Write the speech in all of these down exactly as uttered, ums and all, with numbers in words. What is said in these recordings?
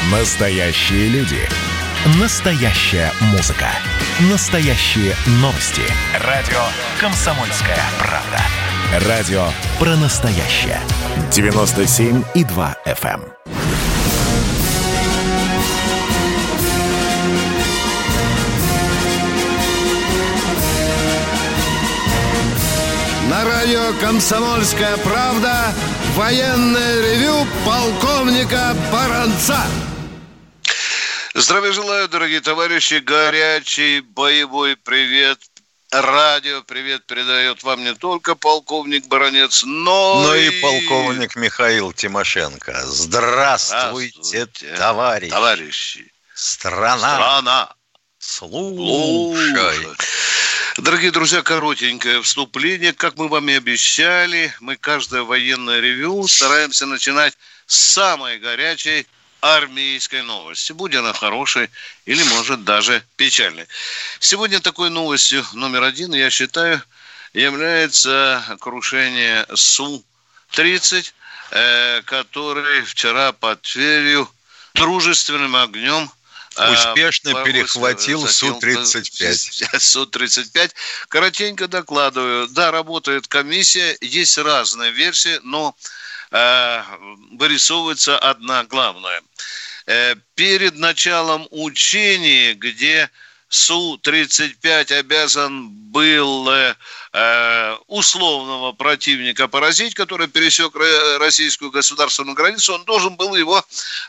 Настоящие люди. Настоящая музыка. Настоящие новости. Радио «Комсомольская правда». Радио про настоящее. девяносто семь и два эф эм. На радио «Комсомольская правда» военное ревю полковника Баранца. Здравия желаю, дорогие товарищи. Горячий боевой привет. Радио привет передает вам не только полковник Баранец, но, но и... и полковник Михаил Тимошенко. Здравствуйте, Здравствуйте товарищи. товарищи. Страна. Страна. Слушай. Слушай. Дорогие друзья, коротенькое вступление. Как мы вам и обещали, мы каждое военное ревью стараемся начинать с самой горячей армейской новости. Будь она хорошей или, может, даже печальной. Сегодня такой новостью номер один, я считаю, является крушение Су тридцать, э, который вчера под Тверью дружественным огнем успешно а, перехватил Су тридцать пять. Су тридцать пять. Коротенько докладываю. Да, работает комиссия. Есть разные версии, но э, вырисовывается одна главная. Э, перед началом учений, где Су тридцать пять обязан был э, условного противника поразить, который пересек российскую государственную границу, он должен был его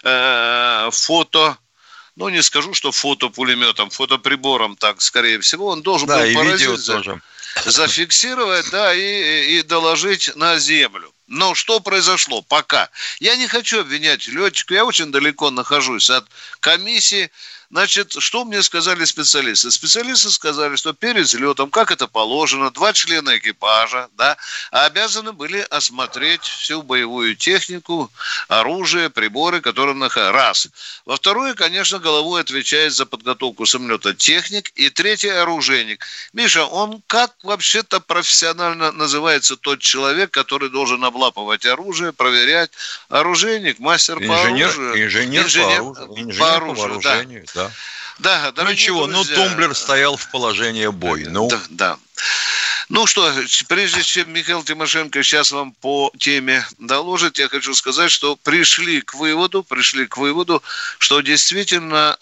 э, фото... Ну, не скажу, что фотопулеметом, фотоприбором, так, скорее всего, он должен да, был и поразить, видео за, тоже. зафиксировать, да, и, и доложить на землю. Но что произошло пока? Я не хочу обвинять летчика, я очень далеко нахожусь от комиссии. Значит, что мне сказали специалисты? Специалисты сказали, что перед взлетом, как это положено, два члена экипажа, да, обязаны были осмотреть всю боевую технику, оружие, приборы, которые находятся. Раз. Во второе, конечно, головой отвечает за подготовку самолета техник. И третье, оружейник. Миша, он как вообще-то профессионально называется тот человек, который должен облапывать оружие, проверять? Оружейник, мастер по инженер, оружию. Инженер, инженер по оружию. Инженер по, оружию, по вооружению, да. Да. Да, ну ничего, друзья, ну тумблер стоял в положении бой. Ну. Да, да. Ну что, прежде чем Михаил Тимошенко сейчас вам по теме доложит, я хочу сказать, что пришли к выводу, пришли к выводу, что действительно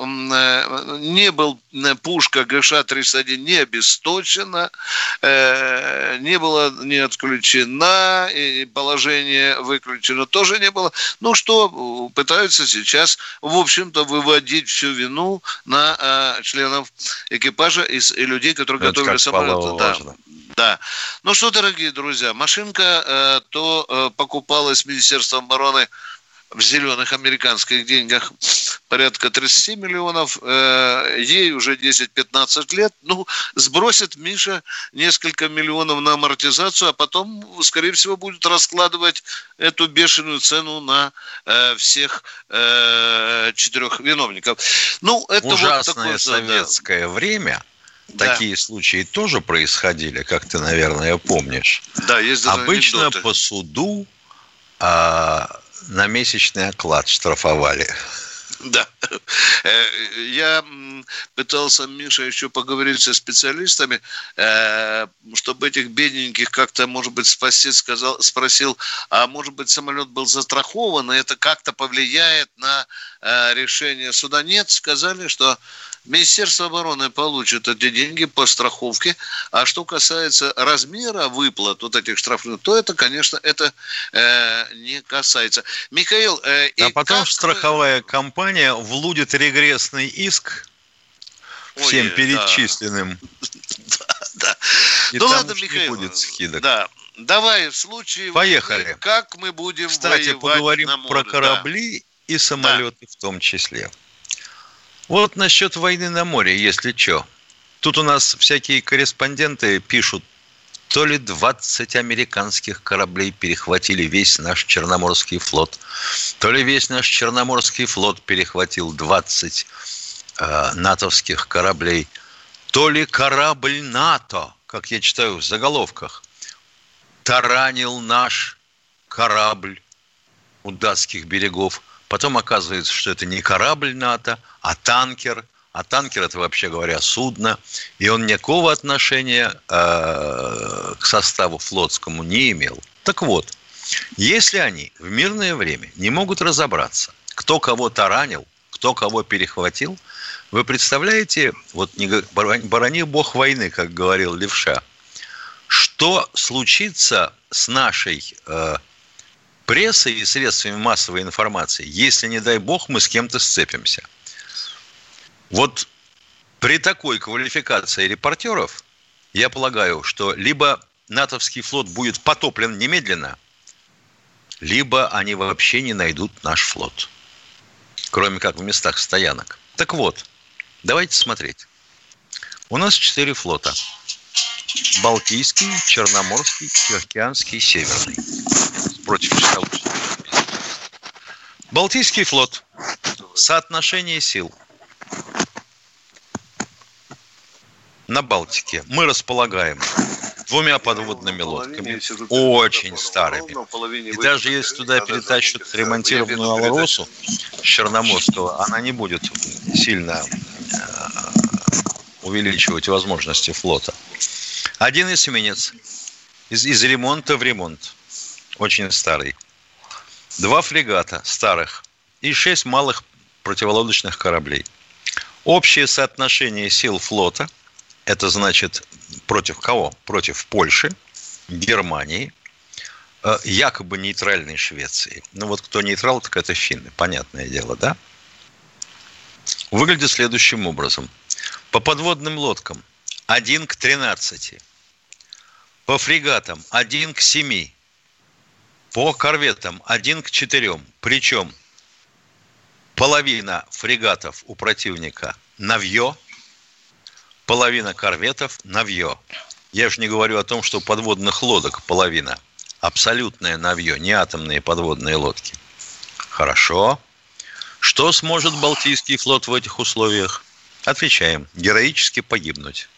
не был пушка ГШ триста один не обесточена, не была не отключена, и положение выключено тоже не было. Ну что, пытаются сейчас, в общем-то, выводить всю вину на членов экипажа и людей, которые это готовили самолет. Да. Да. Ну что, дорогие друзья, машинка э, то э, покупалась Министерством обороны в зеленых американских деньгах порядка тридцать миллионов, э, ей уже десять-пятнадцать лет, ну, сбросит Миша несколько миллионов на амортизацию, а потом, скорее всего, будет раскладывать эту бешеную цену на э, всех э, четырех виновников. Ну, это ужасное вот такое советское да. время. Да. Такие случаи тоже происходили, как ты, наверное, помнишь. Да, есть даже обычно анекдоты. По суду а, на месячный оклад штрафовали. Да. Я пытался, Миша, еще поговорить со специалистами, чтобы этих бедненьких как-то, может быть, спасти, сказал, спросил, а может быть, самолет был застрахован, и это как-то повлияет на решение суда. Нет, сказали, что Министерство обороны получит эти деньги по страховке, а что касается размера выплат вот этих штрафных, то это, конечно, это э, не касается. Михаил... Э, а потом как... страховая компания влудит регрессный иск Ой, всем перечисленным. Да, да. И ну там ладно, Михаил, не будет скидок. Да. Давай в случае... Поехали. Как мы будем Кстати, воевать поговорим на море. про корабли да. и самолеты да. в том числе. Вот насчет войны на море, если что. Тут у нас всякие корреспонденты пишут, то ли двадцать американских кораблей перехватили весь наш Черноморский флот, то ли весь наш Черноморский флот перехватил двадцать э, натовских кораблей, то ли корабль НАТО, как я читаю в заголовках, таранил наш корабль у датских берегов. Потом оказывается, что это не корабль НАТО, а танкер. А танкер – это, вообще говоря, судно. И он никакого отношения э, к составу флотскому не имел. Так вот, если они в мирное время не могут разобраться, кто кого таранил, кто кого перехватил, вы представляете, вот не борони бог войны, как говорил Левша, что случится с нашей э, прессой и средствами массовой информации, если, не дай бог, мы с кем-то сцепимся? Вот при такой квалификации репортеров, я полагаю, что либо натовский флот будет потоплен немедленно, либо они вообще не найдут наш флот, кроме как в местах стоянок. Так вот, давайте смотреть. У нас четыре флота. Балтийский, Черноморский, Тихоокеанский, Северный. Против Балтийский флот. Соотношение сил. На Балтике мы располагаем двумя подводными лодками, очень старыми. И даже если туда перетащат ремонтированную «Алросу» с Черноморского, она не будет сильно увеличивать возможности флота. Один эсминец из, из ремонта в ремонт, очень старый. Два фрегата старых и шесть малых противолодочных кораблей. Общее соотношение сил флота, это значит против кого? Против Польши, Германии, якобы нейтральной Швеции. Ну вот кто нейтрал, так это финны, понятное дело, да? Выглядит следующим образом. По подводным лодкам один к тринадцати. По фрегатам один к семи. По корветам один к четырем. Причем половина фрегатов у противника навье, половина корветов навье. Я же не говорю о том, что подводных лодок половина. Абсолютное навье, не атомные подводные лодки. Хорошо. Что сможет Балтийский флот в этих условиях? Отвечаем. Героически погибнуть.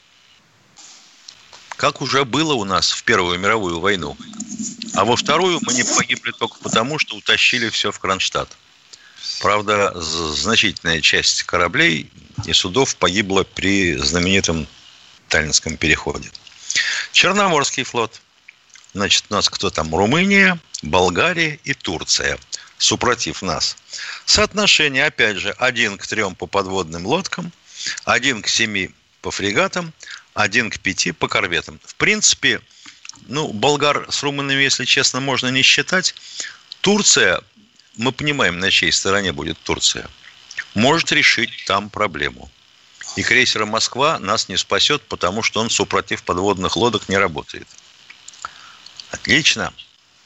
Как уже было у нас в Первую мировую войну. А во Вторую мы не погибли только потому, что утащили все в Кронштадт. Правда, значительная часть кораблей и судов погибла при знаменитом Таллинском переходе. Черноморский флот. Значит, у нас кто там? Румыния, Болгария и Турция. Супротив нас. Соотношение, опять же, один к трем по подводным лодкам, один к семи по фрегатам, один к пяти по корветам. В принципе, ну, болгар с румынами, если честно, можно не считать. Турция, мы понимаем, на чьей стороне будет Турция, может решить там проблему. И крейсер «Москва» нас не спасет, потому что он супротив подводных лодок не работает. Отлично.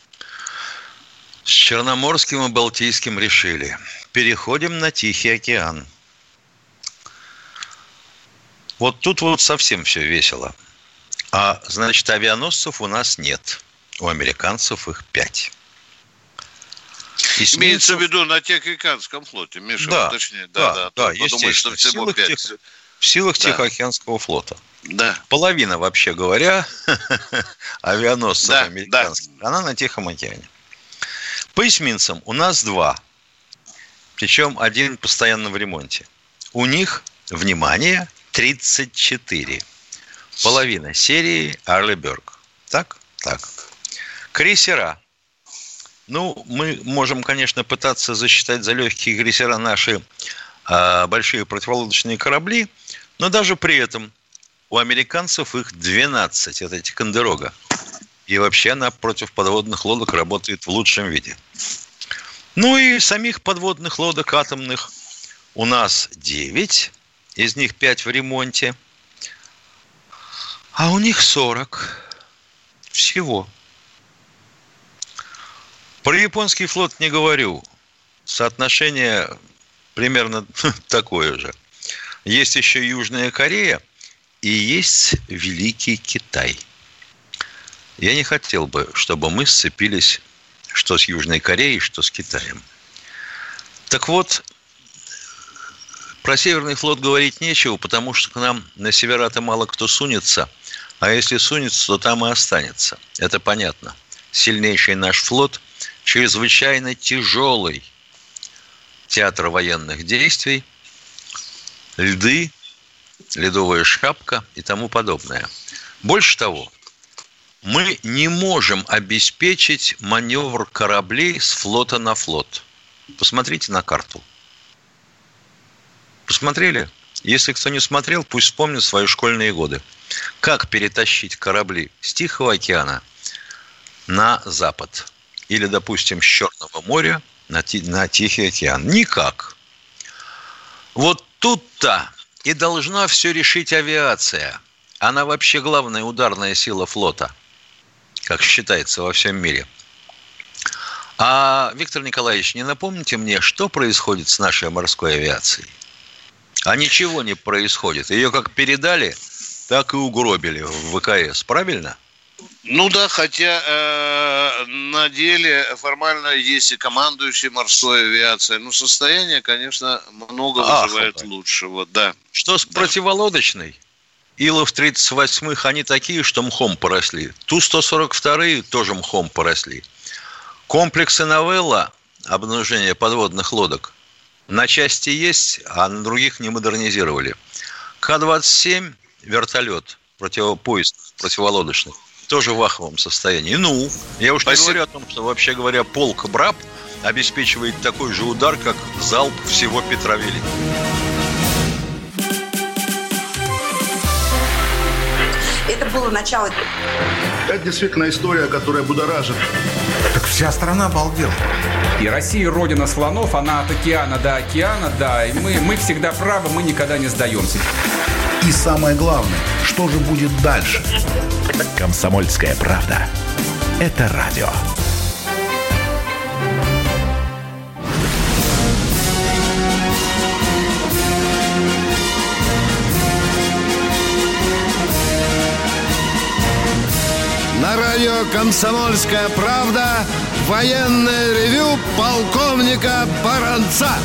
С Черноморским и Балтийским решили. Переходим на Тихий океан. Вот тут вот совсем все весело. А, значит, авианосцев у нас нет. У американцев их пять. Эсминцев... Имеется в виду на Тихоокеанском флоте, Миша, да, уточняет. Да, да, да, естественно. Что в силах, пять. Тих... в силах да. Тихоокеанского флота. Да. Половина, вообще говоря, авианосцев да, американских, да. Она на Тихом океане. По эсминцам у нас два. Причем один постоянно в ремонте. У них, внимание, тридцать четыре. Половина серии Арлеберг. Так? Так. Крейсера. Ну, мы можем, конечно, пытаться засчитать за легкие крейсера наши а, большие противолодочные корабли, но даже при этом у американцев их двенадцать. Это Тикандерога. И вообще она против подводных лодок работает в лучшем виде. Ну и самих подводных лодок атомных у нас девять. Из них пять в ремонте. А у них сорок. Всего. Про японский флот не говорю. Соотношение примерно такое же. Есть еще Южная Корея и есть Великий Китай. Я не хотел бы, чтобы мы сцепились что с Южной Кореей, что с Китаем. Так вот, про Северный флот говорить нечего, потому что к нам на севера-то мало кто сунется, а если сунется, то там и останется. Это понятно. Сильнейший наш флот чрезвычайно тяжелый. театр военных действий, льды, ледовая шапка и тому подобное. Больше того, мы не можем обеспечить маневр кораблей с флота на флот. Посмотрите на карту. Посмотрели? Если кто не смотрел, пусть вспомнит свои школьные годы. Как перетащить корабли с Тихого океана на запад? Или, допустим, с Черного моря на, на Тихий океан? Никак. Вот тут-то и должна все решить авиация. Она вообще главная ударная сила флота, как считается во всем мире. А, Виктор Николаевич, не напомните мне, что происходит с нашей морской авиацией? А ничего не происходит. Ее как передали, так и угробили в ВКС. Правильно? Ну да, хотя э, на деле формально есть и командующий морской авиацией. Но состояние, конечно, много вызывает а, лучшего. Да. Что с да. противолодочной? Илов тридцать восьмых, они такие, что мхом поросли. Ту сто сорок вторые тоже мхом поросли. Комплексы «Новелла», обнаружение подводных лодок, на части есть, а на других не модернизировали. Ка двадцать семь, вертолет, противопоезд противолодочный, тоже в аховом состоянии. Ну, я уж Спасибо. не говорю о том, что, вообще говоря, полк «Браб» обеспечивает такой же удар, как залп всего Петра Великого. Это было начало. Это действительно история, которая будоражит. Так вся страна обалдела. И Россия родина слонов, она от океана до океана, да. И мы, мы всегда правы, мы никогда не сдаемся. И самое главное, что же будет дальше? «Комсомольская правда». Это радио. На радио «Комсомольская правда» военное ревю полковника Баранца.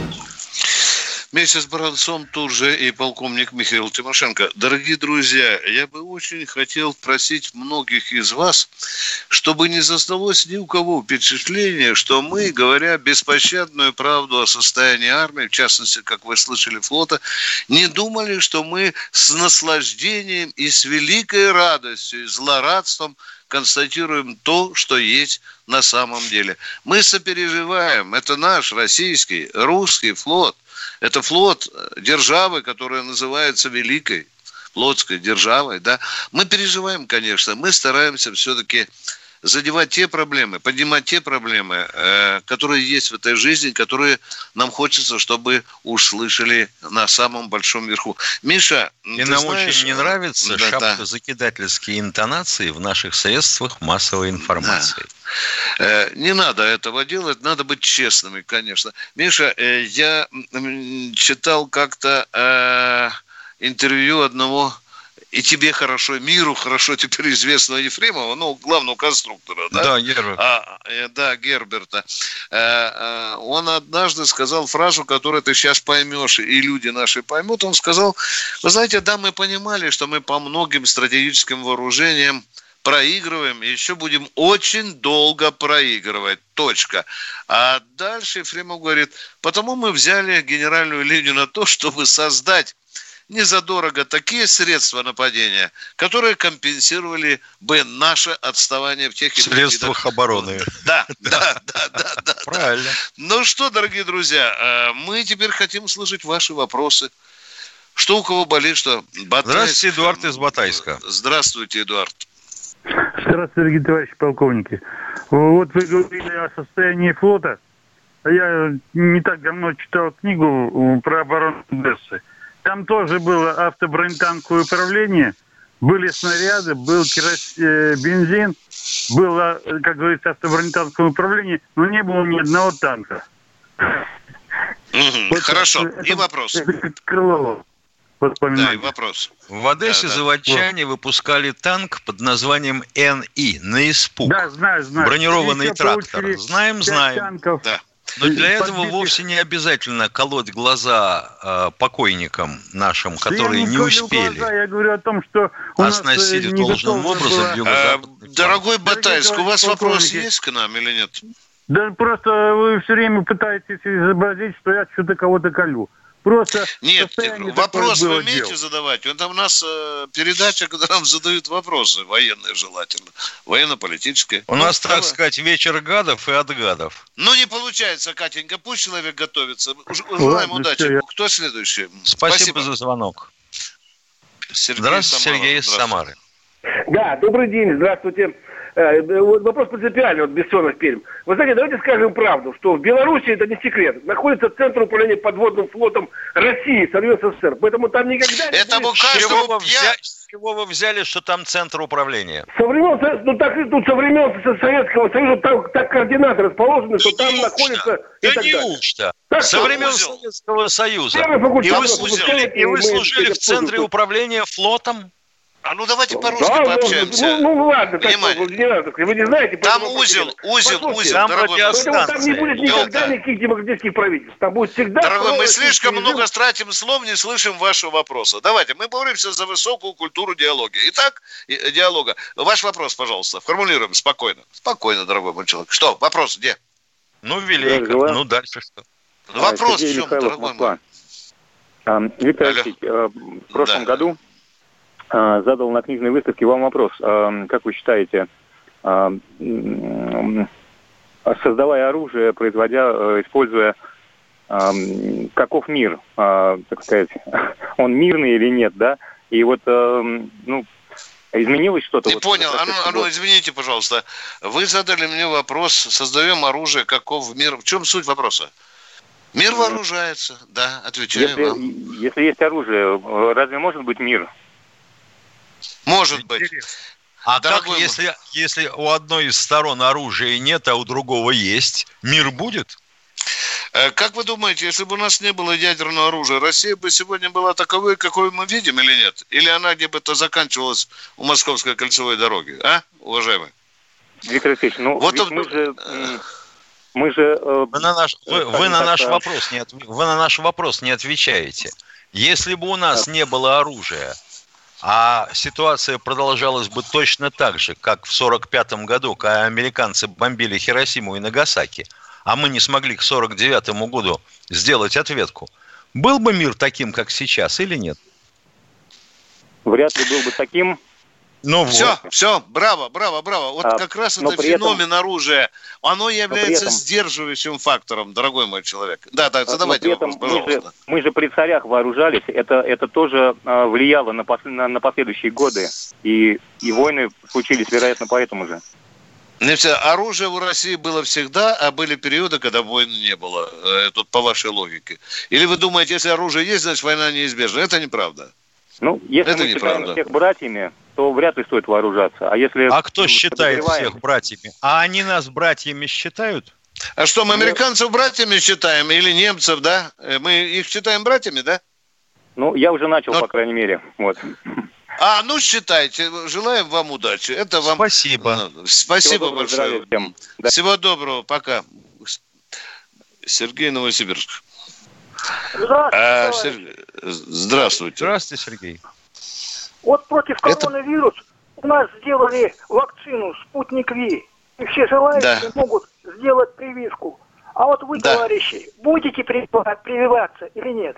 Вместе с Баранцом тут же и полковник Михаил Тимошенко. Дорогие друзья, я бы очень хотел просить многих из вас, чтобы не создалось ни у кого впечатление, что мы, говоря беспощадную правду о состоянии армии, в частности, как вы слышали, флота, не думали, что мы с наслаждением и с великой радостью и злорадством констатируем то, что есть на самом деле. Мы сопереживаем. Это наш российский, русский флот. Это флот державы, которая называется Великой флотской державой. Да? Мы переживаем, конечно. Мы стараемся все-таки задевать те проблемы, поднимать те проблемы, э, которые есть в этой жизни, которые нам хочется, чтобы услышали на самом большом верху. Миша, и нам знаешь, очень не нравятся да, шапкозакидательские да. интонации в наших средствах массовой информации. Да. Э, не надо этого делать, надо быть честными, конечно. Миша, э, я читал как-то э, интервью одного... И тебе хорошо, миру хорошо теперь известного Ефремова, ну, главного конструктора, да? Да, Герберта. А, да, Герберта. Он однажды сказал фразу, которую ты сейчас поймешь, и люди наши поймут. Он сказал, вы знаете, да, мы понимали, что мы по многим стратегическим вооружениям проигрываем, и еще будем очень долго проигрывать. Точка. А дальше Ефремов говорит, потому мы взяли генеральную линию на то, чтобы создать не задорого такие средства нападения, которые компенсировали бы наше отставание в тех или иных средствах обороны. Да, да, да, да, да. Правильно. Ну что, дорогие друзья, мы теперь хотим слышать ваши вопросы. Что у кого болит, что? Батайск. Здравствуйте, Эдуард из Батайска. Здравствуйте, Эдуард. Здравствуйте, дорогие товарищи полковники. Вот вы говорили о состоянии флота. Я не так давно читал книгу про оборону Одессы. Там тоже было автобронетанковое управление, были снаряды, был керос... бензин, было, как говорится, автобронетанковое управление, но не было ни одного танка. Mm-hmm. Вот Хорошо. Это, и вопрос. Это Крылова. Да, и вопрос. В Одессе да, да. заводчане вот. выпускали танк под названием эн и, на испуг. Да, знаю, знаю. Бронированный трактор. Знаем, знаем. Да. Но для этого подбитых... вовсе не обязательно колоть глаза э, покойникам нашим, которые не, не успели. Глаза, я говорю о том, что у оснастили нас должным образом а, Дорогой Батайск, у вас вопрос есть к нам или нет? Да просто вы все время пытаетесь изобразить, что я что-то кого-то колю. Просто Нет, вопрос вы умеете дел. задавать? Вот там у нас э, передача, когда нам задают вопросы, военные желательно, военно-политические. У ну, нас, давай. так сказать, вечер гадов и от гадов. Ну, не получается, Катенька, пусть человек готовится. Желаем Ладно, удачи. все, я... Кто следующий? Спасибо, Спасибо за звонок. Сергей Здравствуйте, Самара. Сергей из Самары. Да, добрый день, здравствуйте. Вопрос принципиальный, вот Бессонов Пермь. Вы знаете, давайте скажем правду, что в Беларуси, это не секрет, находится Центр управления подводным флотом России, Совет СССР. Поэтому там никогда не Это будет... каждому С чего, вы пья... взяли, с чего вы взяли, что там центр управления? Со времен, ну так тут со времен Советского Союза там так координаты расположены, что там находится и Да так далее. неужто? Так Со что времен узел. Советского Союза. Первый факультет И вы вы служили, выпускаете, и вы мы служили в это центре тут- управления флотом? А ну давайте по-русски Да, пообщаемся. ну, ну, ну ладно, так, Внимание. не надо, вы не знаете. Там поэтому узел, потеряли. узел, Послушайте, узел, там дорогой мой. Поэтому там не будет никогда Елка. никаких демократических правительств. Там будет всегда... Дорогой, мы пророссийский слишком режим. много тратим слов, не слышим вашего вопроса. Давайте, мы боремся за высокую культуру диалога. Итак, и- диалога. Ваш вопрос, пожалуйста, формулируем спокойно. Спокойно, дорогой мой человек. Что, вопрос где? Ну, велико. Здравия. Ну, дальше что? Вопрос Сергей в чем, Михайлов, дорогой мой? Москва. А, Виктор Алло. Алексеевич, а, в прошлом Да. году а, задал на книжной выставке вам вопрос. А, Как вы считаете, а, м, создавая оружие, производя, а, используя, а, м, каков мир, а, так сказать, он мирный или нет, да? И вот, а, ну, изменилось что-то? Ты вот понял. в А ну, процессе а ну, года? извините, пожалуйста. Вы задали мне вопрос, создаем оружие, каков мир. В чем суть вопроса? Мир вооружается, да, отвечаю Если, вам. если есть оружие, разве может быть мир? Может быть. А Дорогой как, мой. если, если у одной из сторон оружия нет, а у другого есть, мир будет? Э, Как вы думаете, если бы у нас не было ядерного оружия, Россия бы сегодня была таковой, какой мы видим, или нет? Или она где-то заканчивалась у Московской кольцевой дороги, а, уважаемый? Виктор Алексеевич, ну Вот ведь он- мы же, м, мы же, э, Вы на наш, вы, скажем вы на так, наш э, вопрос не отв- вы на наш вопрос не отвечаете. Если бы у нас не было оружия, а ситуация продолжалась бы точно так же, как в сорок пятом году, когда американцы бомбили Хиросиму и Нагасаки, а мы не смогли к сорок девятому году сделать ответку, был бы мир таким, как сейчас, или нет? вряд ли был бы таким. Ну Все, вот. все, браво, браво, браво. Вот А, как раз но это при этом- феномен оружия, оно является этом- сдерживающим фактором, дорогой мой человек. Да, да, Но задавайте при этом вопрос, мы же, пожалуйста. мы же при царях вооружались, это, это тоже э, влияло на, пос- на, на последующие годы. И, и войны случились, вероятно, поэтому же. Не все. Оружие у России было всегда, а были периоды, когда войн не было. Э, Тут по вашей логике. Или вы думаете, если оружие есть, значит война неизбежна? Это неправда. Ну, если Это мы считаем неправда. всех братьями, то вряд ли стоит вооружаться. А если А кто м, считает подозреваем- всех братьями? А они нас братьями считают? А что, мы Ну, американцев братьями считаем или немцев, да? Э, Мы их считаем братьями, да? Ну, я уже начал, Но- по крайней мере. Вот. А, ну считайте. Желаем вам удачи. Это вам... Спасибо. Ну, Спасибо Всего доброго, большое. здравия всем. Да. Всего доброго. Пока. Сергей, Новосибирск. Здравствуйте, А, товарищ. Сергей, Здравствуйте. Здравствуйте, Сергей. Вот против Это- коронавируса у нас сделали вакцину «Спутник Ви». И все желающие Да. могут сделать прививку. А вот вы, Да. товарищи, будете привива- прививаться или нет?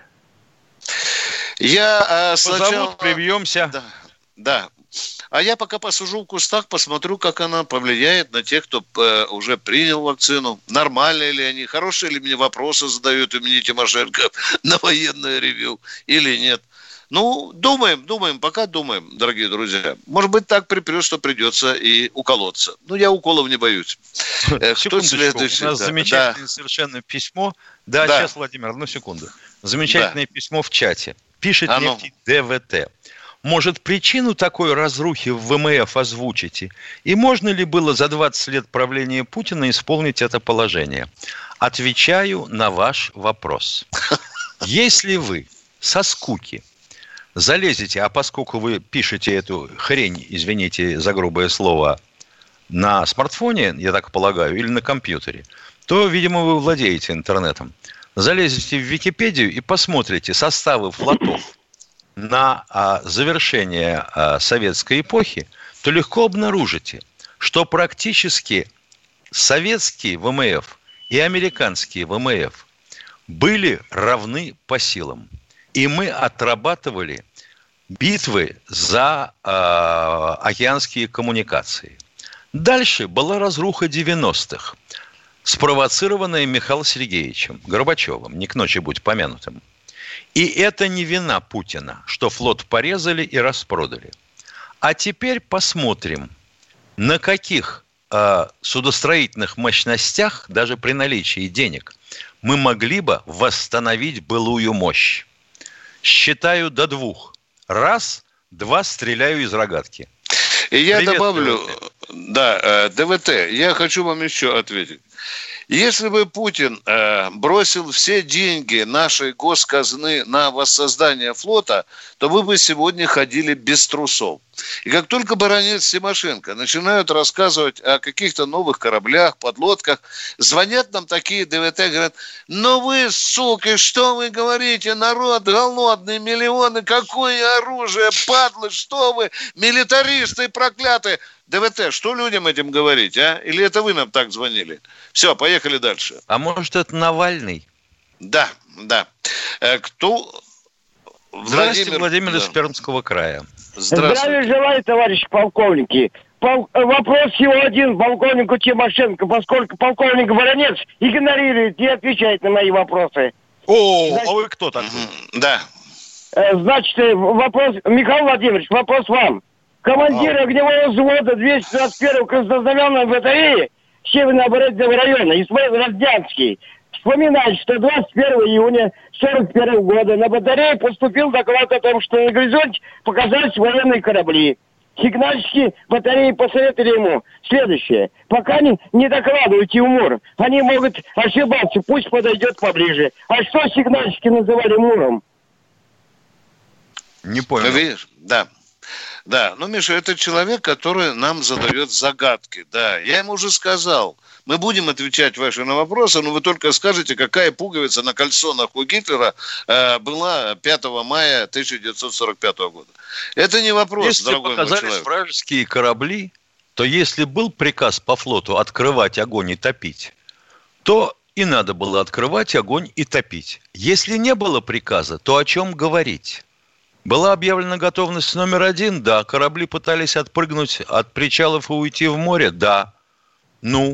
Я а, сначала... Позовут, привьемся. Да, да. А я пока посужу в кустах, посмотрю, как она повлияет на тех, кто э, уже принял вакцину. Нормальные ли они, хорошие ли мне вопросы задают имени Тимошенко на военное ревью или нет. Ну, думаем, думаем, пока думаем, дорогие друзья. Может быть, так припрет, что придется и уколоться. Ну, я уколов не боюсь. Э, Кто Секундочку, следующий? у нас Да, замечательное да. совершенно письмо. Да, Да. сейчас, Владимир, одну секунду. Замечательное письмо в чате. Пишет А ну. некий ДВТ. Может, причину такой разрухи в ВМФ озвучите? И можно ли было за двадцать лет правления Путина исполнить это положение? Отвечаю на ваш вопрос. Если вы со скуки залезете, а поскольку вы пишете эту хрень, извините за грубое слово, на смартфоне, я так полагаю, или на компьютере, то, видимо, вы владеете интернетом. Залезете в Википедию и посмотрите составы флотов на а, завершение а, советской эпохи, то легко обнаружите, что практически советские ВМФ и американские ВМФ были равны по силам. И мы отрабатывали битвы за э, океанские коммуникации. Дальше была разруха девяностых, спровоцированная Михаилом Сергеевичем Горбачевым, не к ночи будь помянутым. И это не вина Путина, что флот порезали и распродали. А теперь посмотрим, на каких э, судостроительных мощностях, даже при наличии денег, мы могли бы восстановить былую мощь. Считаю до двух. Раз, два, стреляю из рогатки. И я Привет, добавлю, ДВТ. да, ДВТ, я хочу вам еще ответить. Если бы Путин э, бросил все деньги нашей госказны на воссоздание флота, то вы бы сегодня ходили без трусов. И как только баронец Тимошенко начинают рассказывать о каких-то новых кораблях, подлодках, звонят нам такие ДВТ, говорят: ну вы, суки, что вы говорите, народ голодный, миллионы, какое оружие, падлы, что вы, милитаристы проклятые. ДВТ, что людям этим говорить, а? Или это вы нам так звонили? Все, поехали дальше. А может, это Навальный? Да, да. Кто? Здравствуйте, Владимир, Владимир да. из Пермского края. Здравия желаю, товарищи полковники. Пол... Вопрос всего один полковнику Тимошенко, поскольку полковник Воронец игнорирует и отвечает на мои вопросы. О, Значит... а вы кто такой? Да. Значит, вопрос... Михаил Владимирович, вопрос вам. Командир а. огневого взвода двести двадцать первой краснознаменной батареи Северно-Оборонительного района Исмаил Раздянский вспоминает, что двадцать первого июня сорок первого года на батарее поступил доклад о том, что на горизонте показались военные корабли. Сигнальщики батареи посоветовали ему следующее. Пока не, не докладывайте УМУР, они могут ошибаться, пусть подойдет поближе. А что сигнальщики называли МУРом? Не понял. Ну, видишь, да. Да, ну, Миша, это человек, который нам задает загадки. Да, я ему уже сказал, мы будем отвечать ваши на вопросы, но вы только скажете, какая пуговица на кальсонах у Гитлера э, была пятого мая тысяча девятьсот сорок пятого года. Это не вопрос, если дорогой мой человек. Если показались вражеские корабли, то если был приказ по флоту открывать огонь и топить, то и надо было открывать огонь и топить. Если не было приказа, то о чем говорить? Была объявлена готовность номер один? Да. Корабли пытались отпрыгнуть от причалов и уйти в море? Да. Ну?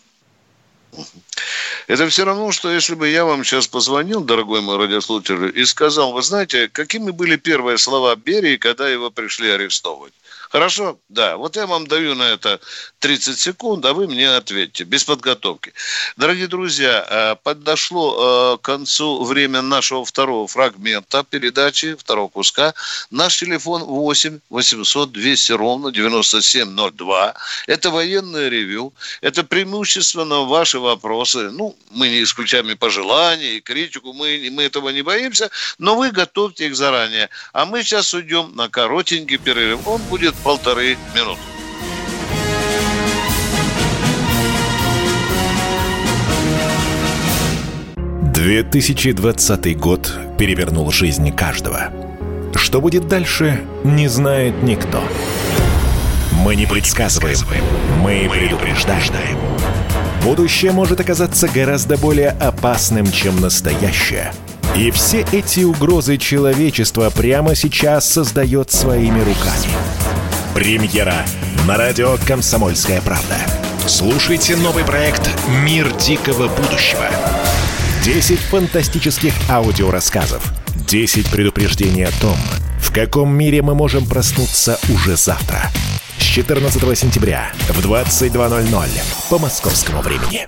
Это все равно, что если бы я вам сейчас позвонил, дорогой мой радиослушатель, и сказал: вы знаете, какими были первые слова Берии, когда его пришли арестовывать? Хорошо? Да. Вот я вам даю на это тридцать секунд, а вы мне ответьте, без подготовки. Дорогие друзья, подошло к концу время нашего второго фрагмента передачи, второго куска. Наш телефон восемь восемьсот двести ровно девяносто семь ноль два. Это военное ревью. Это преимущественно ваши вопросы. Ну, мы не исключаем и пожелания, и критику. Мы, мы этого не боимся, но вы готовьте их заранее. А мы сейчас уйдем на коротенький перерыв. Он будет полторы минуты. две тысячи двадцатый год перевернул жизнь каждого. Что будет дальше, не знает никто. Мы не предсказываем, мы предупреждаем. Будущее может оказаться гораздо более опасным, чем настоящее. И все эти угрозы человечество прямо сейчас создает своими руками. Премьера на радио «Комсомольская правда». Слушайте новый проект «Мир дикого будущего». десять фантастических аудиорассказов. десять предупреждений о том, в каком мире мы можем проснуться уже завтра. С четырнадцатого сентября в двадцать два ноль ноль по московскому времени.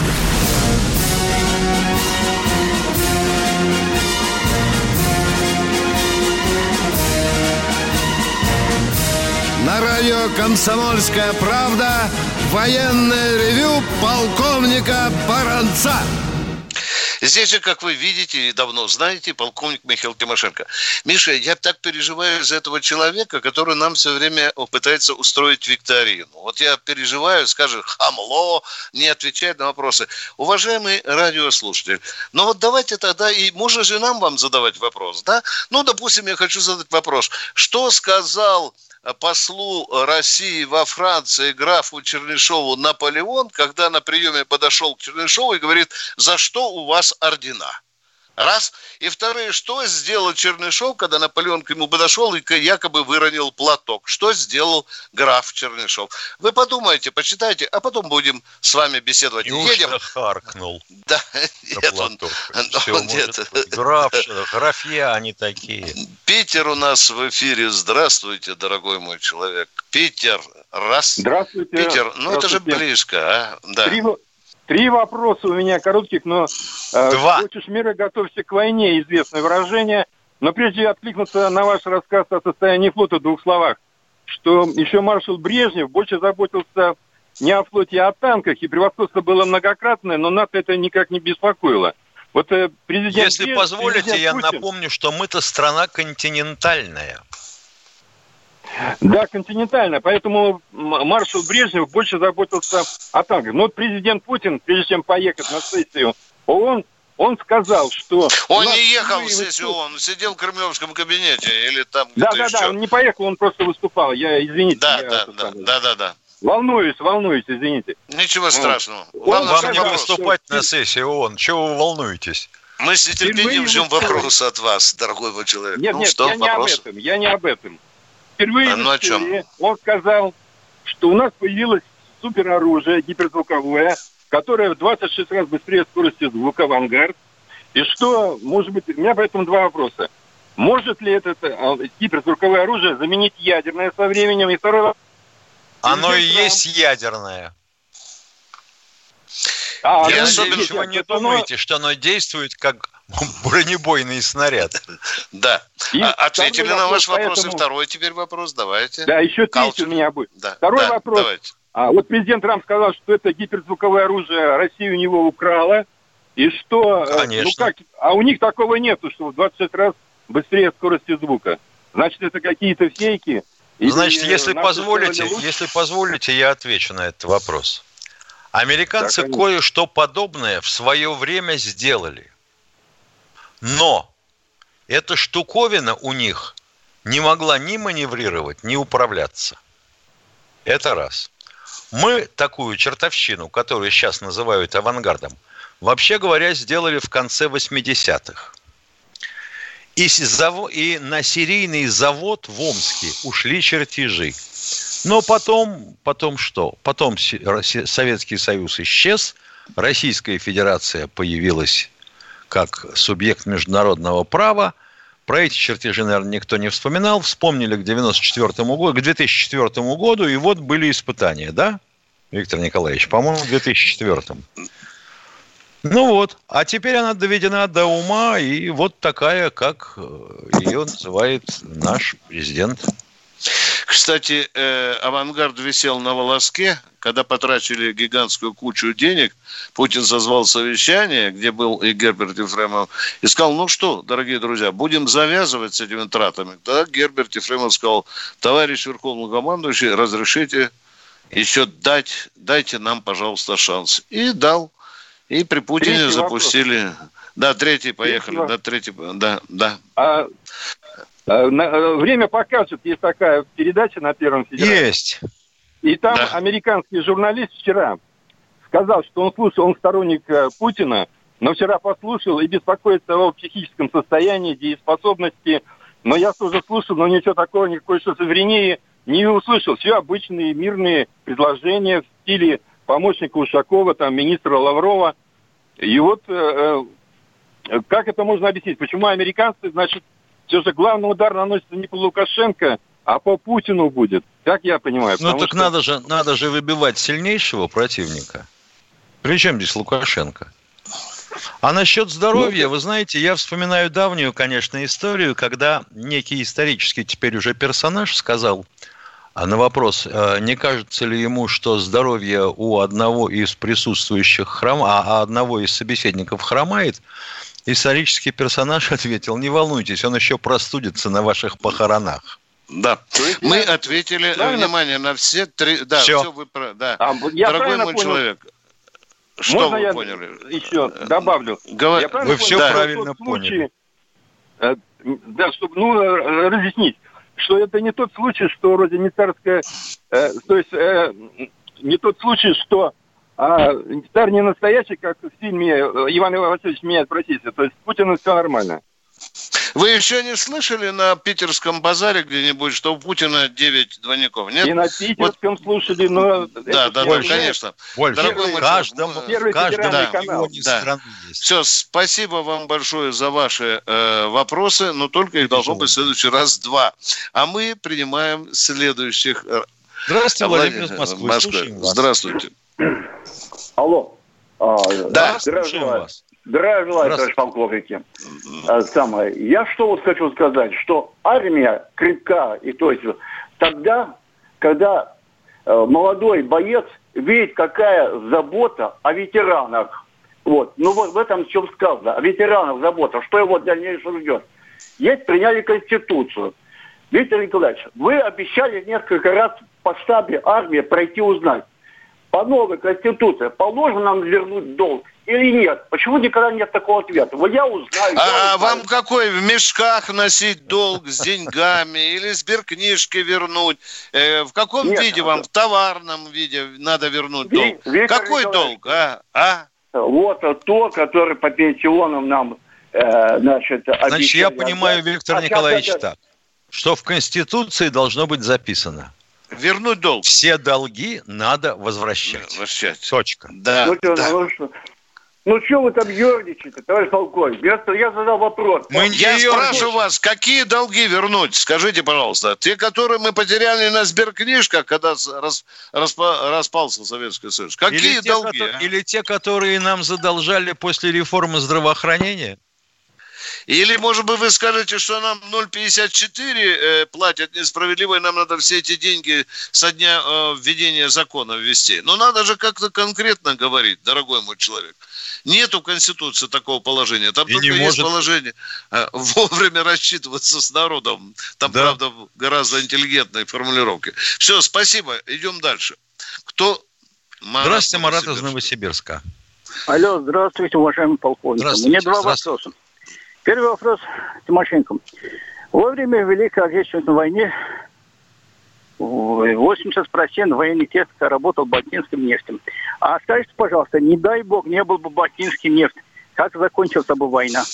На радио «Комсомольская правда» военное ревю полковника Баранца. Здесь же, как вы видите и давно знаете, полковник Михаил Тимошенко. Миша, я так переживаю за этого человека, который нам все время пытается устроить викторину. Вот я переживаю, скажет хамло, не отвечает на вопросы. Уважаемый радиослушатель, ну вот давайте тогда, и можно же нам вам задавать вопрос, да? Ну, допустим, я хочу задать вопрос. Что сказал послу России во Франции графу Чернышову Наполеон, когда на приеме подошел к Чернышову и говорит, за что у вас ордена? Раз. И второе, что сделал Чернышов, когда Наполеон к нему подошел и якобы выронил платок? Что сделал граф Чернышов? Вы подумайте, почитайте, а потом будем с вами беседовать. Неужто Едем. Харкнул. Да, нет, он, Все, он нет. Граф, графья они такие. Питер у нас в эфире. Здравствуйте, дорогой мой человек. Питер, раз. Здравствуйте. Питер, ну это же близко, а? Да. Три, три вопроса у меня коротких, но э, хочешь мира, готовься к войне, известное выражение. Но прежде откликнуться на ваш рассказ о состоянии флота в двух словах, что еще маршал Брежнев больше заботился не о флоте, а о танках, и превосходство было многократное, но НАТО это никак не беспокоило. Вот э, президент Если Брежнев, позволите, президент я Путин... напомню, что мы-то страна континентальная. Да, континентальная, поэтому маршал Брежнев больше заботился о танках. Но вот президент Путин, прежде чем поехать на сессию ООН, он сказал, что... Он не ехал в сессию ООН, он сидел в кремлевском кабинете или там да, где-то да, еще. Да, он не поехал, он просто выступал. Я, извините. Да, я, да, да, да, да, да. Волнуюсь, волнуюсь, извините. Ничего страшного. Он Вам не выступать что... на сессии ООН. Чего вы волнуетесь? Мы с нетерпением ждем вопрос от вас, дорогой мой человек. Нет, ну, нет, что, я вопрос? не об этом, я не об этом. Впервые а, ну, в истории он сказал, что у нас появилось супероружие гиперзвуковое, которое в двадцать шесть раз быстрее скорости звука «Авангард». И что, может быть, у меня поэтому два вопроса. Может ли это гиперзвуковое оружие заменить ядерное со временем? И второй вопрос. Оно и есть ядерное. А, я особенно... надеюсь, вы не думаете, что оно действует как бронебойный снаряд. Да. А, ответили на ваш вопрос. Поэтому... И второй теперь вопрос. Давайте. Да, еще третий у меня будет. Да. Второй да, вопрос. Давайте. А, вот президент Трамп сказал, что это гиперзвуковое оружие Россия у него украла. И что... Конечно. Ну как, а у них такого нету, что в двадцать шесть раз быстрее скорости звука. Значит, это какие-то фейки. Значит, если позволите, если позволите, я отвечу на этот вопрос. Американцы да, кое-что подобное в свое время сделали. Но эта штуковина у них не могла ни маневрировать, ни управляться. Это раз. Мы такую чертовщину, которую сейчас называют авангардом, вообще говоря, сделали в конце восьмидесятых. И, заво... и на серийный завод в Омске ушли чертежи. Но потом, потом что? Потом Советский Союз исчез, Российская Федерация появилась как субъект международного права. Про эти чертежи, наверное, никто не вспоминал. Вспомнили к девяносто четвёртому году, к две тысячи четвёртому году, и вот были испытания, да, Виктор Николаевич? По-моему, в две тысячи четвёртом. Ну вот, а теперь она доведена до ума, и вот такая, как ее называет наш президент. Кстати, э, авангард висел на волоске, когда потратили гигантскую кучу денег. Путин созвал совещание, где был и Герберт Ефремов, и сказал, ну что, дорогие друзья, будем завязывать с этими тратами. Тогда Герберт Ефремов сказал, товарищ верховнокомандующий, разрешите еще дать, дайте нам, пожалуйста, шанс. И дал. И при Путине третий запустили... Вопрос. Да, третий, поехали. Третий. Да, третий, да, да. А... Время покажет, есть такая передача на Первом федеральном. Есть. И там да. американский журналист вчера сказал, что он слушал, он сторонник Путина, но вчера послушал и беспокоится о психическом состоянии, дееспособности. Но я тоже слушал, но ничего такого, никакой шизофрении не услышал. Все обычные мирные предложения в стиле помощника Ушакова, там, министра Лаврова. И вот э, как это можно объяснить? Почему американцы, значит, все же главный удар наносится не по Лукашенко, а по Путину будет. Как я понимаю. Ну так что... надо же, надо же выбивать сильнейшего противника. Причем здесь Лукашенко? А насчет здоровья, вы знаете, я вспоминаю давнюю, конечно, историю, когда некий исторический теперь уже персонаж сказал на вопрос, не кажется ли ему, что здоровье у одного из присутствующих хром... а одного из собеседников хромает. Исторический персонаж ответил, не волнуйтесь, он еще простудится на ваших похоронах. Да, мы ответили, правильно? Внимание, на все три... Да, все, все вы... да. А, я Дорогой мой понял. человек, что Можно вы я поняли? еще добавлю? Говор... Я вы все да. правильно случае, поняли. Да, чтобы ну, разъяснить. что это не тот случай, что вроде не царская, э, то есть э, не тот случай, что а, царь не настоящий, как в фильме Иван Васильевич меняет профессию. То есть с Путиным все нормально. Вы еще не слышали на питерском базаре где-нибудь, что у Путина девять двойников? Нет? И на питерском вот. Слушали, но... Да, да, да, конечно. Больше. Дорогой каждому, первый каждому да, канал. Да. Все, спасибо вам большое за ваши э, вопросы, но только их должно быть в следующий раз два. А мы принимаем следующих... Здравствуйте, Владимир, Владимир из Москвы. Москвы. Здравствуйте. Алло. А, да, слушаем вас. Здравия желаю, товарищ полковники. А, самое. Я что вот хочу сказать, что армия крепка, и то есть тогда, когда э, молодой боец видит, какая забота о ветеранах. Вот. Ну вот в этом в чем сказано. О ветеранах забота. Что его в дальнейшем ждет? Есть приняли Конституцию. Виктор Николаевич, вы обещали несколько раз по штабе армии пройти узнать. По новой Конституции положено нам вернуть долг или нет? Почему никогда нет такого ответа? Вот я узнаю. А, я а вам какой? В мешках носить долг с деньгами или сберкнижки вернуть? Э, в каком нет, виде вам? В товарном виде надо вернуть долг? Виктор какой долг? А? А? Вот то, который по пенсионам нам э, значит, обещали. Значит, я понимаю, Виктор а Николаевич, это... так, что в Конституции должно быть записано. Вернуть долг. Все долги надо возвращать. Возвращать. Точка. Да. Ну, да. Ну, что, ну, что вы там ерничаете, товарищ полковник? Я, я задал вопрос. Мы я спрашиваю вас, какие долги вернуть? Скажите, пожалуйста. Те, которые мы потеряли на сберкнижках, когда рас, распа, распался Советский Союз. Какие или долги? Те, а? Или те, которые нам задолжали после реформы здравоохранения? Или, может быть, вы скажете, что нам ноль целых пятьдесят четыре э, платят несправедливо, и нам надо все эти деньги со дня э, введения закона ввести. Но надо же как-то конкретно говорить, дорогой мой человек. Нету в Конституции такого положения. Там и только есть может... положение э, вовремя рассчитываться с народом. Там, да. правда, гораздо интеллигентные формулировки. Все, спасибо. Идем дальше. Кто? Марат здравствуйте, Марат из Новосибирска. Алло, здравствуйте, уважаемый полковник. У меня два вопроса. Первый вопрос Тимошенко. Во время Великой Отечественной войны восемьдесят процентов военной техники работал бакинским нефтем. А скажите, пожалуйста, не дай бог, не был бы бакинский нефть, как закончилась бы война?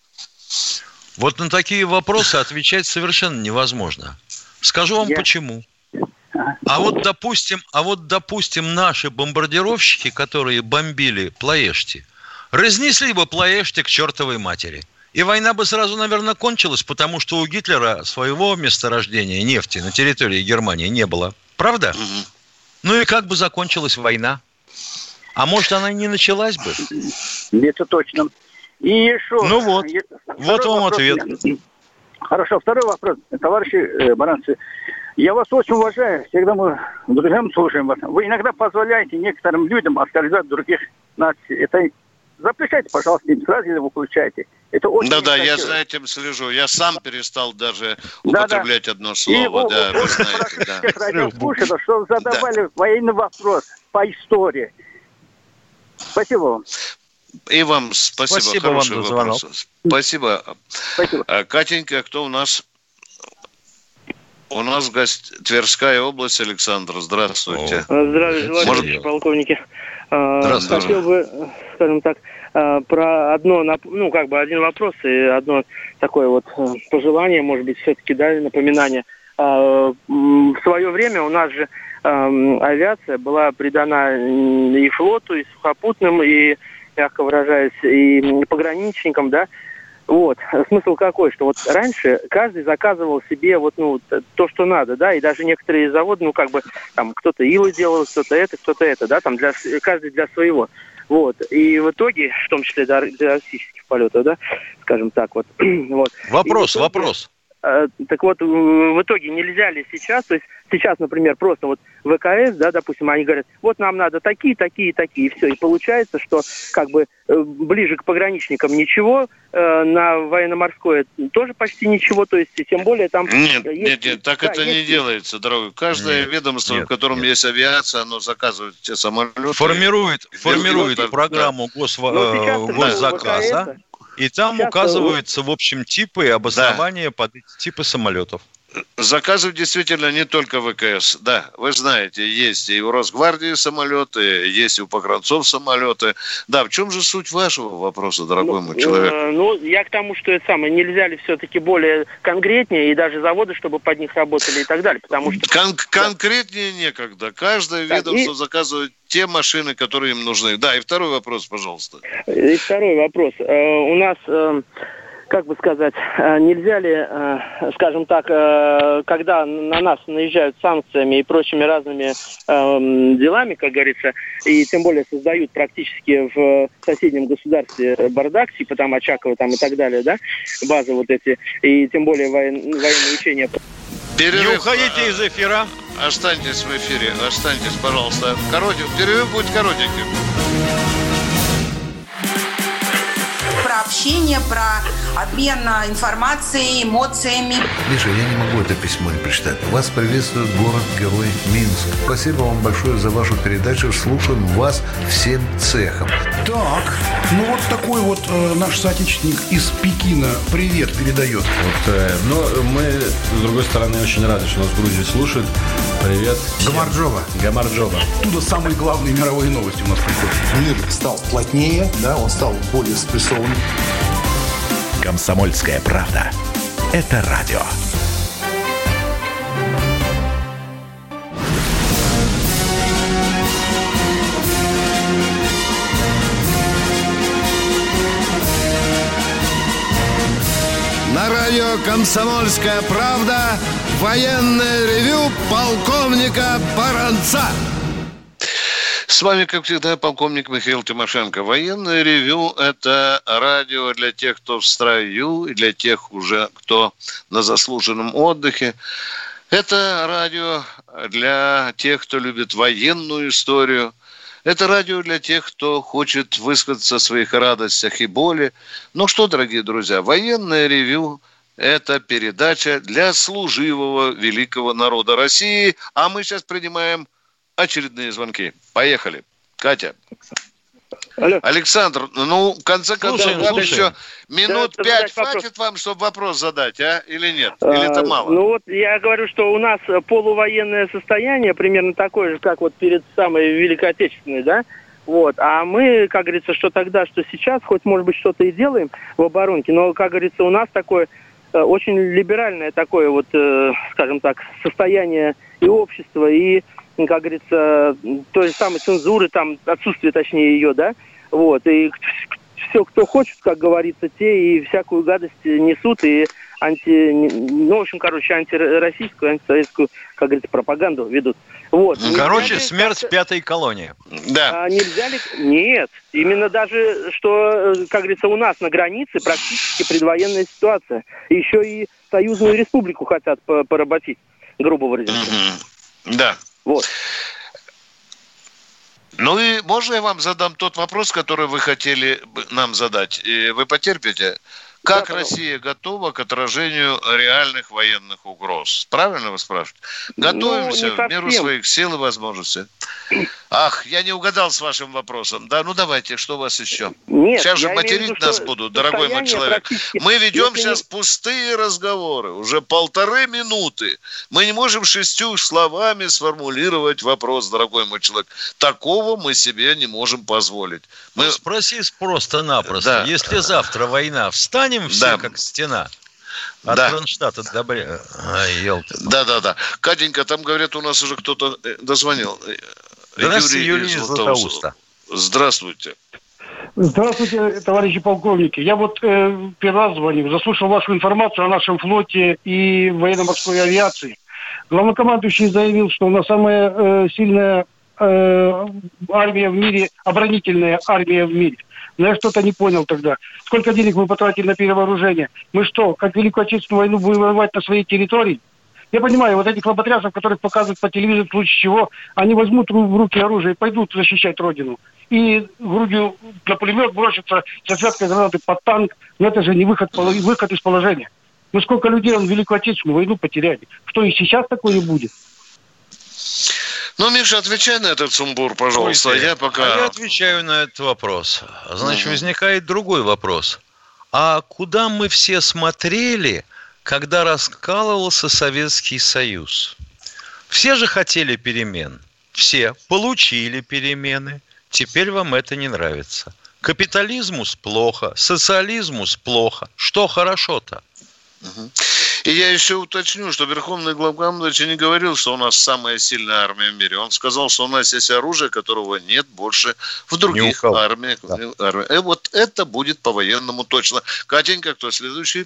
Вот на такие вопросы отвечать совершенно невозможно. Скажу вам Я... почему. А вот, допустим, а вот, допустим, наши бомбардировщики, которые бомбили Плоешти, разнесли бы Плоешти к чертовой матери. И война бы сразу, наверное, кончилась, потому что у Гитлера своего месторождения нефти на территории Германии не было. Правда? Угу. Ну и как бы закончилась война? А может, она и не началась бы? Это точно. И еще... Ну вот, вот вам ответ. Хорошо, второй вопрос. Товарищи э, баранцы, я вас очень уважаю. Всегда мы друзьям слушаем вас. Вы иногда позволяете некоторым людям оскорблять других наций. Это... Запрещайте, пожалуйста, сразу вы выключаете. Это очень да, да, я за этим слежу. Я сам перестал даже употреблять да, да. одно слово. И да, вы знаете, да. Что задавали да. военный вопрос по истории. Спасибо вам. И вам спасибо. Спасибо Хороший вам за вопрос. звонок. Спасибо. Спасибо. Катенька, кто у нас? У нас гость Тверская область. Александр, здравствуйте. Здравия желаю, Может... полковники. Здравствуйте. Хотел бы, скажем так, про одно, ну, как бы один вопрос и одно такое вот пожелание, может быть, все-таки, да, напоминание. В свое время у нас же авиация была придана и флоту, и сухопутным, и, мягко выражаясь, и пограничникам, да. Вот. Смысл какой, что вот раньше каждый заказывал себе вот, ну, то, что надо, да, и даже некоторые заводы, ну, как бы, там, кто-то илы делал, кто-то это, кто-то это, да, там, для, каждый для своего. Вот. И в итоге, в том числе для, для российских полетов, да, скажем так, вот. вот. Вопрос, итоге, вопрос. Э, так вот, в итоге нельзя ли сейчас, то есть сейчас, например, просто вот ВКС, да, допустим, они говорят, вот нам надо такие, такие, такие, и все. И получается, что как бы э, ближе к пограничникам ничего, э, на военно-морское тоже почти ничего, то есть тем более там... Нет, есть, нет, нет, так да, это есть... не делается, дорогой. Каждое нет, ведомство, нет, в котором нет. есть авиация, оно заказывает те самолеты. Формирует, формирует это, программу да. госво... ну, госзаказа. И там сейчас указываются, в общем, типы и обоснования да. под эти типы самолетов. Заказы действительно не только ВКС. Да, вы знаете, есть и у Росгвардии самолеты, есть и у погранцов самолеты. Да, в чем же суть вашего вопроса, дорогой ну, мой человек? Э, ну, я к тому, что это самое, нельзя ли все-таки более конкретнее, и даже заводы, чтобы под них работали и так далее, потому что... Кон- конкретнее некогда. Каждое так, ведомство и... заказывает те машины, которые им нужны. Да, и второй вопрос, пожалуйста. И второй вопрос. Э, у нас... Э, Как бы сказать, нельзя ли, скажем так, когда на нас наезжают санкциями и прочими разными делами, как говорится, и тем более создают практически в соседнем государстве бардак, типа там Очакова там и так далее, да, базы вот эти, и тем более воен, военные учения. Перерыв. Не уходите из эфира. Останьтесь в эфире, останьтесь, пожалуйста. Коротень, перерыв будет коротеньким. Про общение, про обмен информацией, эмоциями. Миша, я не могу это письмо не прочитать. Вас приветствует город-герой Минск. Спасибо вам большое за вашу передачу. Слушаем вас всем цехом. Так, ну вот такой вот э, наш соотечественник из Пекина привет передает. Вот, э, но мы, с другой стороны, очень рады, что нас в Грузии слушают. Привет. Гамарджоба. Гамарджоба. Оттуда самые главные мировые новости у нас приходят. Мир стал плотнее, да, он стал более спрессованным. «Комсомольская правда». Это радио. На радио «Комсомольская правда» военное ревю полковника Баранца. С вами, как всегда, полковник Михаил Тимошенко. Военное ревю – это радио для тех, кто в строю, и для тех уже, кто на заслуженном отдыхе. Это радио для тех, кто любит военную историю. Это радио для тех, кто хочет высказаться о своих радостях и боли. Ну что, дорогие друзья, военное ревю – это передача для служивого великого народа России. А мы сейчас принимаем очередные звонки. Поехали. Катя. Алло. Александр, ну, в конце концов, Слушаем, вам слушаем. еще минут Да, пять вопрос. хватит вам, чтобы вопрос задать, а? Или нет? Или это мало? А, ну вот я говорю, что у нас полувоенное состояние примерно такое же, как вот перед самой Великой Отечественной, да? Вот. А мы, как говорится, что тогда, что сейчас, хоть, может быть, что-то и делаем в оборонке, но, как говорится, у нас такое э, очень либеральное такое вот, э, скажем так, состояние и общества, и, как говорится, той же самой цензуры, там, отсутствие, точнее, ее, да, вот, и все, кто хочет, как говорится, те и всякую гадость несут, и анти, ну, в общем, короче, антироссийскую, антисоветскую, как говорится, пропаганду ведут. Вот. Короче, ли, смерть как-то... пятой колонии. Да. А нельзя ли... Нет. Именно даже, что, как говорится, у нас на границе практически предвоенная ситуация. Еще и союзную республику хотят поработить, грубо выразиться. Mm-hmm. Да. Вот. Ну и можно я вам задам тот вопрос, который вы хотели нам задать? Вы потерпите? Как да, Россия готова к отражению реальных военных угроз? Правильно вы спрашиваете? Готовимся ну, в меру своих сил и возможностей. Ах, я не угадал с вашим вопросом. Да, ну давайте, что у вас еще? Нет, сейчас же материть виду, нас будут, дорогой мой человек. Мы ведем сейчас не... пустые разговоры. Уже полторы минуты. Мы не можем шестью словами сформулировать вопрос, дорогой мой человек. Такого мы себе не можем позволить. Мы... Ну, спроси просто-напросто. Да. Если завтра война, встанем все да. как стена. От да. Кронштадта до Бреста. Да-да-да. Катенька, там, говорят, у нас уже кто-то дозвонил. Здравствуйте, Юрий, Юрий Златоуста. Здравствуйте. Здравствуйте, товарищи полковники. Я вот э, первый раз звоню. Заслушал вашу информацию о нашем флоте и военно-морской авиации. Главнокомандующий заявил, что у нас самая э, сильная э, армия в мире, оборонительная армия в мире. Но я что-то не понял тогда. Сколько денег мы потратили на перевооружение? Мы что, как Великую Отечественную войну будем воевать на своей территории? Я понимаю, вот этих лоботрясов, которых показывают по телевизору, в случае чего, они возьмут в руки оружие и пойдут защищать Родину. И грудью на пулемет бросятся со святкой гранаты под танк. Но это же не выход, выход из положения. Ну сколько людей он Великую Отечественную войну потеряли? Что и сейчас такое будет? Ну, Миша, отвечай на этот сумбур, пожалуйста. Ой, я пока... А я отвечаю на этот вопрос. Значит, угу. возникает другой вопрос. А куда мы все смотрели, когда раскалывался Советский Союз. Все же хотели перемен. Все получили перемены. Теперь вам это не нравится. Капитализмус плохо, социализмус плохо. Что хорошо-то? Угу. И я еще уточню, что Верховный главнокомандующий не говорил, что у нас самая сильная армия в мире. Он сказал, что у нас есть оружие, которого нет больше в других армиях. Да. И вот это будет по-военному точно. Катенька, кто следующий?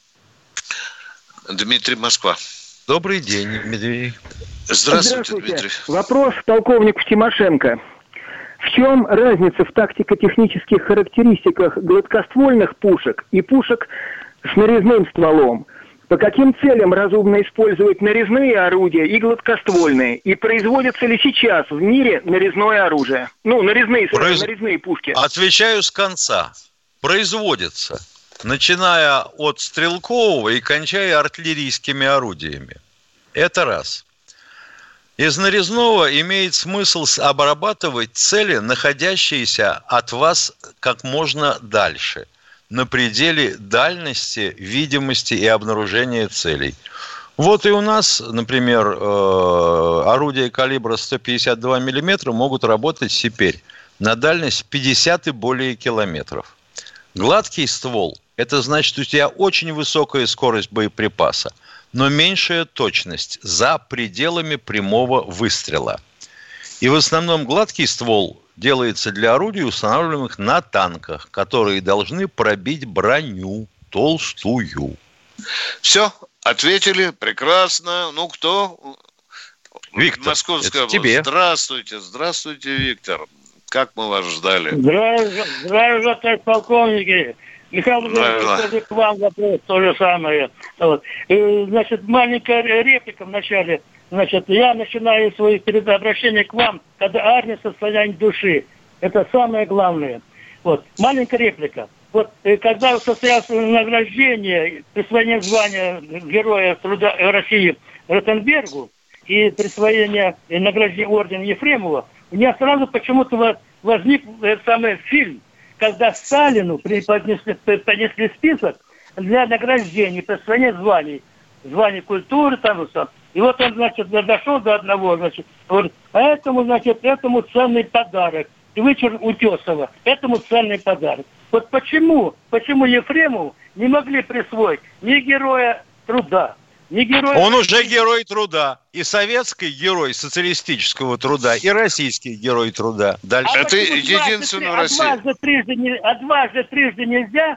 Дмитрий, Москва. Добрый день, Дмитрий. Здравствуйте, Здравствуйте. Дмитрий. Вопрос полковнику Тимошенко. В чем разница в тактико-технических характеристиках гладкоствольных пушек и пушек с нарезным стволом? По каким целям разумно использовать нарезные орудия и гладкоствольные? И производится ли сейчас в мире нарезное оружие? Ну, нарезные, Произ... нарезные пушки. Отвечаю с конца. Производится. Начиная от стрелкового и кончая артиллерийскими орудиями. Это раз. Из нарезного имеет смысл обрабатывать цели, находящиеся от вас как можно дальше, на пределе дальности, видимости и обнаружения целей. Вот и у нас, например, орудия калибра сто пятьдесят два миллиметра могут работать теперь на дальность пятьдесят и более километров. Гладкий ствол – это значит, у тебя очень высокая скорость боеприпаса, но меньшая точность за пределами прямого выстрела. И в основном гладкий ствол делается для орудий, устанавливаемых на танках, которые должны пробить броню толстую. Все, ответили, прекрасно. Ну, кто? Виктор, Московская область. Тебе. Здравствуйте, здравствуйте, Виктор. Как мы вас ждали? Здравия, здравия, товарищ полковники. Михаил Владимирович, к вам вопрос, то же самое. Вот. И, значит, маленькая реплика в начале. Значит, я начинаю свои обращения к вам, когда армия состояние души. Это самое главное. Вот. Маленькая реплика. Вот когда состоялось награждение, присвоение звания Героя Труда России Ротенбергу и присвоение награждения ордена Ефремова, у меня сразу почему-то возник самый фильм, когда Сталину поднесли, поднесли список для награждения, присвоения званий, званий культуры, там, там. И вот он, значит, дошел до одного, значит, говорит, а этому, значит, этому ценный подарок. И вычер Утесова, этому ценный подарок. Вот почему, почему Ефремову не могли присвоить ни Героя Труда, ни Героя... Он уже Герой Труда. И советский герой социалистического труда, и российский Герой Труда. Дальше. А это единственный в России. А дважды трижды, не, а дважды трижды нельзя?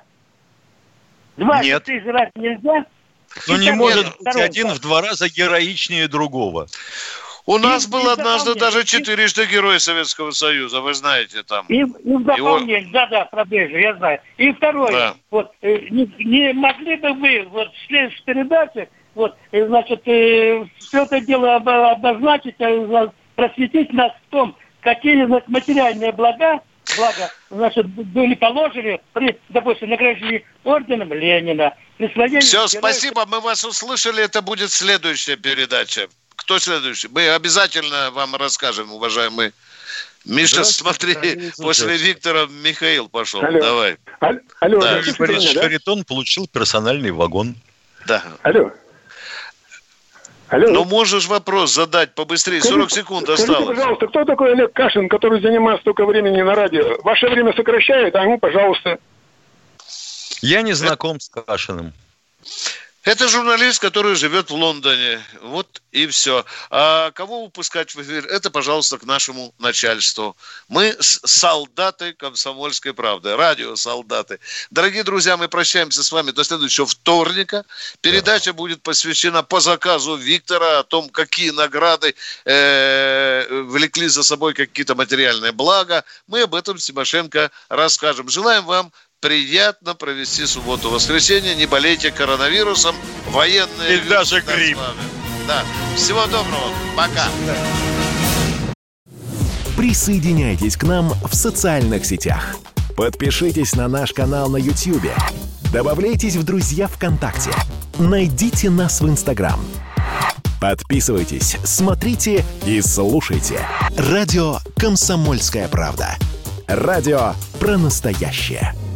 Дважды Нет. трижды раз нельзя? Но и не может быть второй, один в два раза героичнее другого. У нас и, был и однажды даже и, четырежды Герой Советского Союза, вы знаете там. И, и в дополнение, Его... да-да, пробежи, я знаю. И второе, да. вот, э, не, не могли бы вы вот в следующей передаче, вот, э, значит, э, все это дело обозначить, э, просветить нас в том, какие, значит, материальные блага, блага, значит, были положены при, допустим, награждении орденом Ленина. Все, спасибо, мы вас услышали, это будет следующая передача. Кто следующий? Мы обязательно вам расскажем, уважаемый Миша, смотри, после Виктора Михаил пошел. Алло. Давай. Алло, Алло да. Харитон получил персональный вагон. Да. Алло. Алло. Ну, можешь вопрос задать побыстрее, сорок секунд скажите, осталось. Пожалуйста, кто такой Олег Кашин, который занимает столько времени на радио? Ваше время сокращает, а ему, пожалуйста. Я не знаком с Кашиным. Это журналист, который живет в Лондоне. Вот и все. А кого выпускать в эфир? Это, пожалуйста, к нашему начальству. Мы солдаты Комсомольской правды. Радиосолдаты. Дорогие друзья, мы прощаемся с вами до следующего вторника. Передача будет посвящена по заказу Виктора о том, какие награды э, влекли за собой какие-то материальные блага. Мы об этом с Тимошенко расскажем. Желаем вам приятно провести субботу-воскресенье. Не болейте коронавирусом. Военные... И даже грипп. Да. Всего доброго. Пока. Присоединяйтесь к нам в социальных сетях. Подпишитесь на наш канал на YouTube. Добавляйтесь в друзья ВКонтакте. Найдите нас в Инстаграм. Подписывайтесь, смотрите и слушайте. Радио «Комсомольская правда». Радио про настоящее.